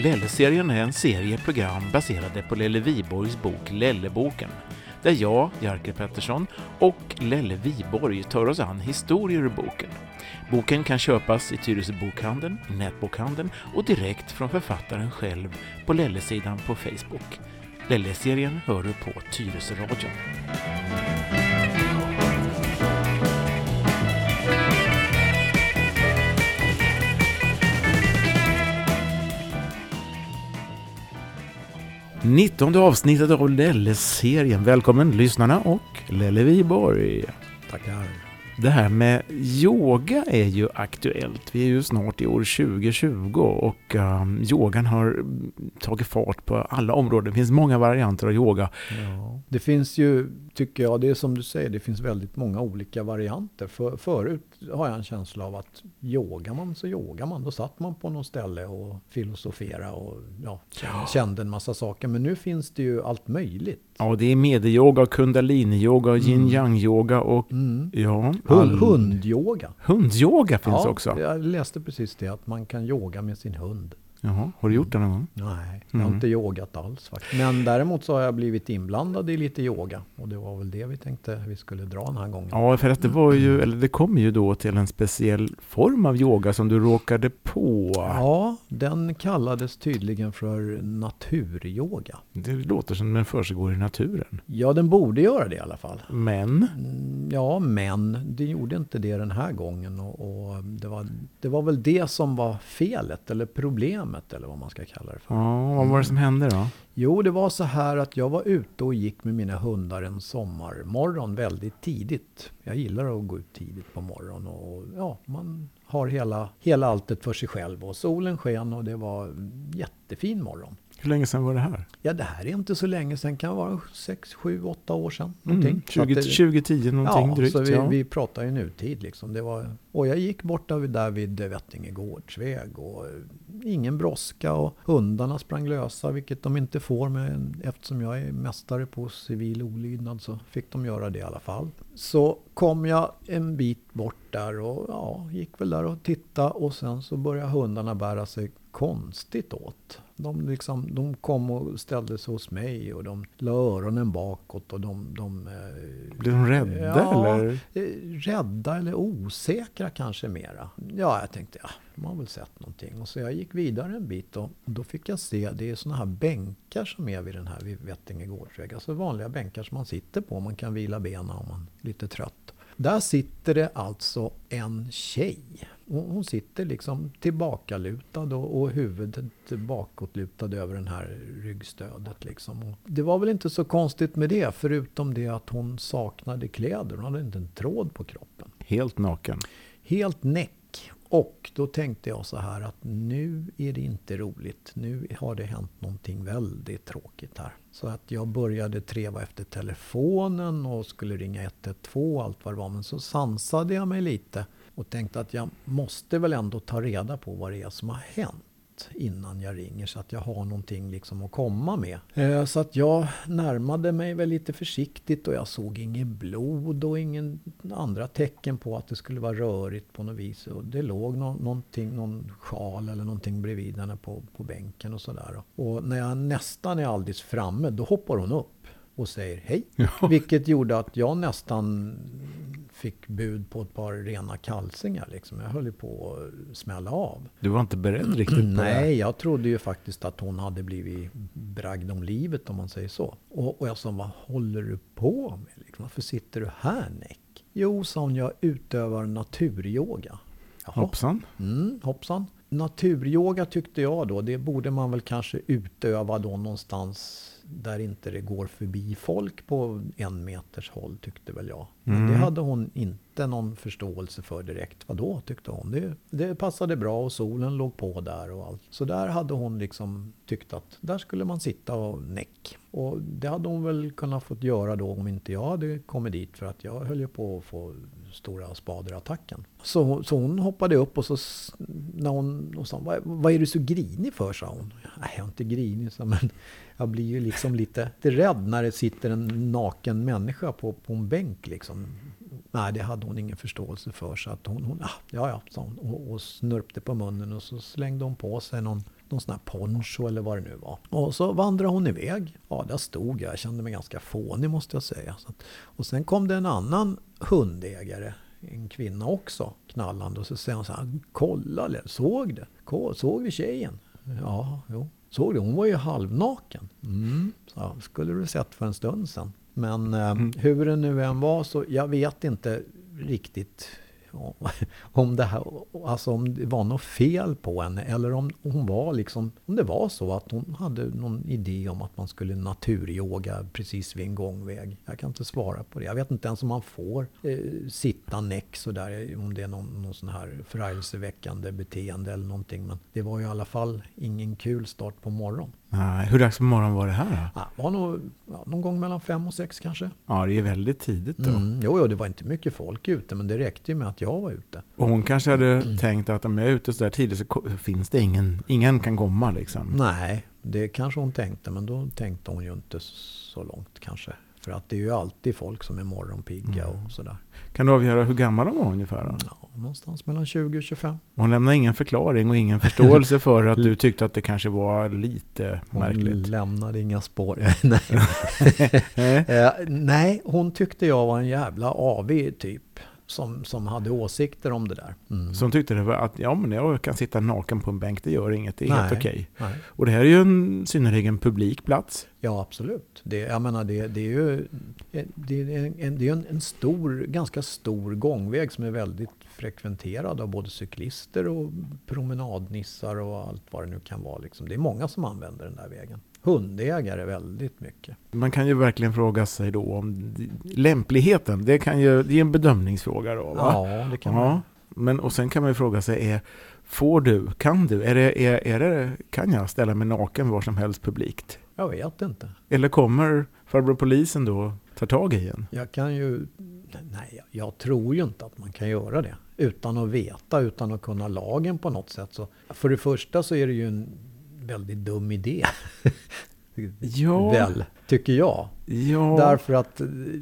Lelle-serien är en serie program baserade på Lelle Viborgs bok Lelleboken, där jag, Jerker Pettersson, och Lelle Viborg tar oss an historier ur boken. Boken kan köpas i Tyresö bokhandeln, i nätbokhandeln och direkt från författaren själv på Lelle-sidan på Facebook. Lelle-serien hör du på Tyresö radion. Nittonde avsnittet av Lelle-serien. Välkommen lyssnarna och Lelle Viborg. Tackar. Det här med yoga är ju aktuellt. Vi är ju snart i år 2020 och yogan har tagit fart på alla områden. Det finns många varianter av yoga. Ja. Det finns ju, tycker jag, det är som du säger, det finns väldigt många olika varianter. Förut har jag en känsla av att yogar man så yogar man. Då satt man på något ställe och filosoferade och kände en massa saker. Men nu finns det ju allt möjligt. Ja, det är medyoga, kundalini-yoga och yin-yang-yoga och hundyoga. Hundyoga finns också. Jag läste precis det, att man kan yoga med sin hund. Jaha, har du gjort det någon gång? Nej, jag har inte yogat alls faktiskt. Men däremot så har jag blivit inblandad i lite yoga. Och det var väl det vi tänkte vi skulle dra den här gången. Ja, för att det var ju, eller det kom ju då till en speciell form av yoga som du råkade på. Ja, den kallades tydligen för naturyoga. Det låter som den försiggår i naturen. Ja, den borde göra det i alla fall. Men? Ja, men det gjorde inte det den här gången. Och det var väl det som var felet eller problemet. Eller vad man ska kalla det för. Ja, vad var det som hände då? Jo, det var så här att jag var ute och gick med mina hundar en sommarmorgon väldigt tidigt. Jag gillar att gå ut tidigt på morgonen och man har hela alltet för sig själv. Och solen sken och det var en jättefin morgon. Hur länge sedan var det här? Ja, det här är inte så länge sedan. Kan vara 6, 7, 8 år sedan. 2010 någonting drygt. Så vi pratar ju nutid liksom. Och jag gick bort där vid Vettinge gårdsväg och ingen brådska och hundarna sprang lösa, vilket de inte får eftersom jag är mästare på civil olydnad så fick de göra det i alla fall. Så kom jag en bit bort där och gick väl där och tittade och sen så började hundarna bära sig konstigt åt. De kom och ställde sig hos mig och de la öronen bakåt och blev de rädda eller? Rädda eller osäkra kanske mera. Ja, jag tänkte de har väl sett någonting. Och så jag gick vidare en bit och då fick jag se, det är såna här bänkar som är vid Vettinge gårdsväg. Alltså vanliga bänkar som man sitter på, man kan vila benen om man är lite trött. Där sitter det alltså en tjej. Hon sitter liksom tillbakalutad och huvudet bakåtlutad över den här ryggstödet. Liksom. Och det var väl inte så konstigt med det, förutom det att hon saknade kläder. Hon hade inte en tråd på kroppen. Helt naken. Helt näck. Och då tänkte jag så här att nu är det inte roligt. Nu har det hänt någonting väldigt tråkigt här. Så att jag började treva efter telefonen och skulle ringa 112 och allt vad det var. Men så sansade jag mig lite och tänkte att jag måste väl ändå ta reda på vad det är som har hänt innan jag ringer så att jag har någonting liksom att komma med. Så att jag närmade mig väl lite försiktigt och jag såg inget blod och ingen andra tecken på att det skulle vara rörigt på något vis. Och det låg någon sjal eller någonting bredvid henne på bänken och sådär. Och när jag nästan är alldeles framme, då hoppar hon upp och säger hej. Ja. Vilket gjorde att jag nästan fick bud på ett par rena kalsingar. Liksom. Jag höll på att smälla av. Du var inte beredd riktigt på det? Nej, jag trodde ju faktiskt att hon hade blivit bragd om livet om man säger så. Och jag sa, vad håller du på med? Liksom, varför sitter du här, Nick? Jo, sa hon, jag utövar naturyoga. Jaha. Hoppsan. Hoppsan. Naturyoga tyckte jag då, det borde man väl kanske utöva då någonstans där inte det går förbi folk på 1 meters håll, tyckte väl jag. Men det hade hon inte någon förståelse för direkt. Vadå, tyckte hon. Det passade bra och solen låg på där och allt. Så där hade hon liksom tyckt att där skulle man sitta och näck. Och det hade hon väl kunnat fått göra då om inte jag hade kommit dit, för att jag höll ju på att få stora spaderattacken. Så hon hoppade upp och så när hon sa, vad är du så grinig för, sa hon. Nej, jag är inte grinig, så, men jag blir ju liksom lite rädd när det sitter en naken människa på en bänk liksom. Nej, det hade hon ingen förståelse för, så att hon sa hon och snörpte på munnen och så slängde hon på sig någon någon sån här poncho eller vad det nu var. Och så vandrade hon iväg. Ja, där stod jag. Jag kände mig ganska fånig måste jag säga. Och sen kom det en annan hundägare, en kvinna också, knallande. Och så säger hon så här, kolla, såg det? Såg vi tjejen? Ja, jo. Såg det? Hon var ju halvnaken. Så skulle du sett för en stund sedan. Men hur det nu än var så, jag vet inte riktigt om det här, alltså om det var något fel på henne eller om hon var liksom, om det var så att hon hade någon idé om att man skulle naturyoga precis vid en gångväg. Jag kan inte svara på det. Jag vet inte ens om man får sitta näck så där, om det är någon sån här förargelseväckande beteende eller någonting, men det var ju i alla fall ingen kul start på morgon. Nej, hur dags på morgon var det här då? Ja, det var nog någon gång mellan 5 och 6 kanske. Ja, det är väldigt tidigt då. Jo, det var inte mycket folk ute, men det räckte ju med att jag var ute. Och hon kanske hade tänkt att om jag är ute så där tidigt så finns det ingen kan komma liksom. Nej, det kanske hon tänkte, men då tänkte hon ju inte så långt kanske. För att det är ju alltid folk som är morgonpigga och sådär. Kan du avgöra hur gammal de var ungefär då? Ja, någonstans mellan 20 och 25. Hon lämnar ingen förklaring och ingen förståelse för att du tyckte att det kanske var lite märkligt. Hon lämnade inga spår. Nej, hon tyckte jag var en jävla avig typ. Som hade åsikter om det där. Som tyckte det var att men jag kan sitta naken på en bänk, det gör inget, det är helt okej. Nej. Och det här är ju en synnerligen publik plats. Ja, absolut. Det är ju en stor, ganska stor gångväg som är väldigt frekventerad av både cyklister och promenadnissar och allt vad det nu kan vara. Liksom. Det är många som använder den där vägen. Hundägare väldigt mycket. Man kan ju verkligen fråga sig då om lämpligheten. Det är en bedömningsfråga då, va? Ja, det kan man. Men och sen kan man ju fråga sig kan jag ställa mig naken var som helst publikt? Jag vet inte. Eller kommer farbror polisen då ta tag i en? Jag tror ju inte att man kan göra det utan att veta, utan att kunna lagen på något sätt. Så för det första så är det ju en väldigt dum idé. Väl, tycker jag. Ja. Därför att,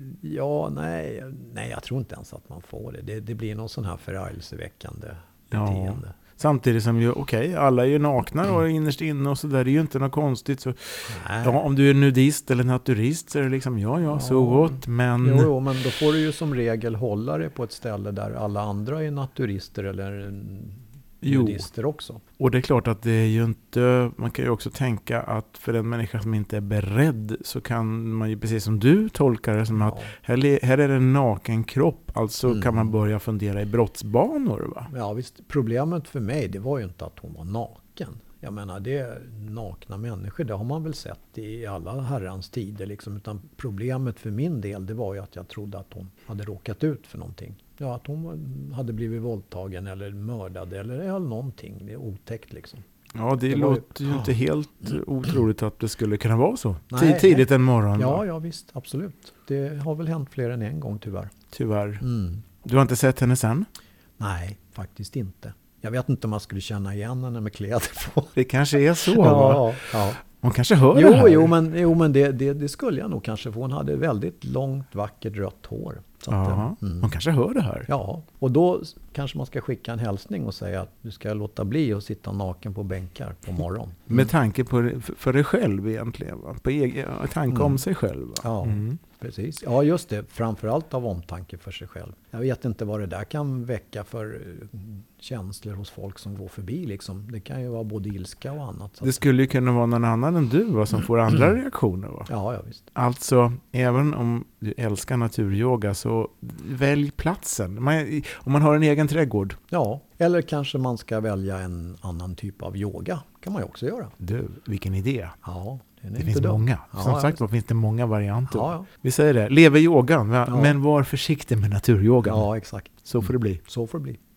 jag tror inte ens att man får det. Det blir någon sån här förargelseväckande beteende. Ja. Samtidigt som alla är ju nakna och innerst inne och så där, det är ju inte något konstigt. Så, om du är nudist eller naturist så är det liksom, så gott, men... Jo, men då får du ju som regel hålla det på ett ställe där alla andra är naturister eller nudister också. Och det är klart att det är ju inte, man kan ju också tänka att för den människa som inte är beredd så kan man ju precis som du tolkar det som att här är det en naken kropp, alltså kan man börja fundera i brottsbanor, va? Ja visst, problemet för mig det var ju inte att hon var naken. Jag menar, det är nakna människor, det har man väl sett i alla herrans tider liksom, utan problemet för min del det var ju att jag trodde att hon hade råkat ut för någonting. Ja, att hon hade blivit våldtagen eller mördad eller någonting. Det är otäckt liksom. Ja, det låter ju inte helt otroligt att det skulle kunna vara så. Nej, tidigt en morgon. Ja, visst. Absolut. Det har väl hänt fler än en gång tyvärr. Tyvärr. Du har inte sett henne sen? Nej, faktiskt inte. Jag vet inte om man skulle känna igen henne med kläder på. Det kanske är så, ja. Hon kanske hör det här. Jo, men det skulle jag nog kanske få. Hon hade väldigt långt, vackert rött hår. Så att, hon kanske hör det här. Ja, och då kanske man ska skicka en hälsning och säga att du ska låta bli att sitta naken på bänkar på morgon. Med tanke på för dig själv egentligen, va? På tanke om sig själv. Va? Ja, precis. Ja, just det. Framförallt av omtanke för sig själv. Jag vet inte vad det där kan väcka för känslor hos folk som går förbi. Liksom. Det kan ju vara både ilska och annat. Så det skulle ju kunna vara någon annan än du, va, som får andra reaktioner. Va? Ja, visst. Alltså, även om du älskar naturyoga så välj platsen. Om man har en egen trädgård. Ja, eller kanske man ska välja en annan typ av yoga. Kan man ju också göra. Du, vilken idé. Ja, det finns många. Som sagt, det finns det många varianter. Ja. Vi säger det, lever yogan, men var försiktig med naturyogan. Ja, exakt. Så får det bli. Så får det bli.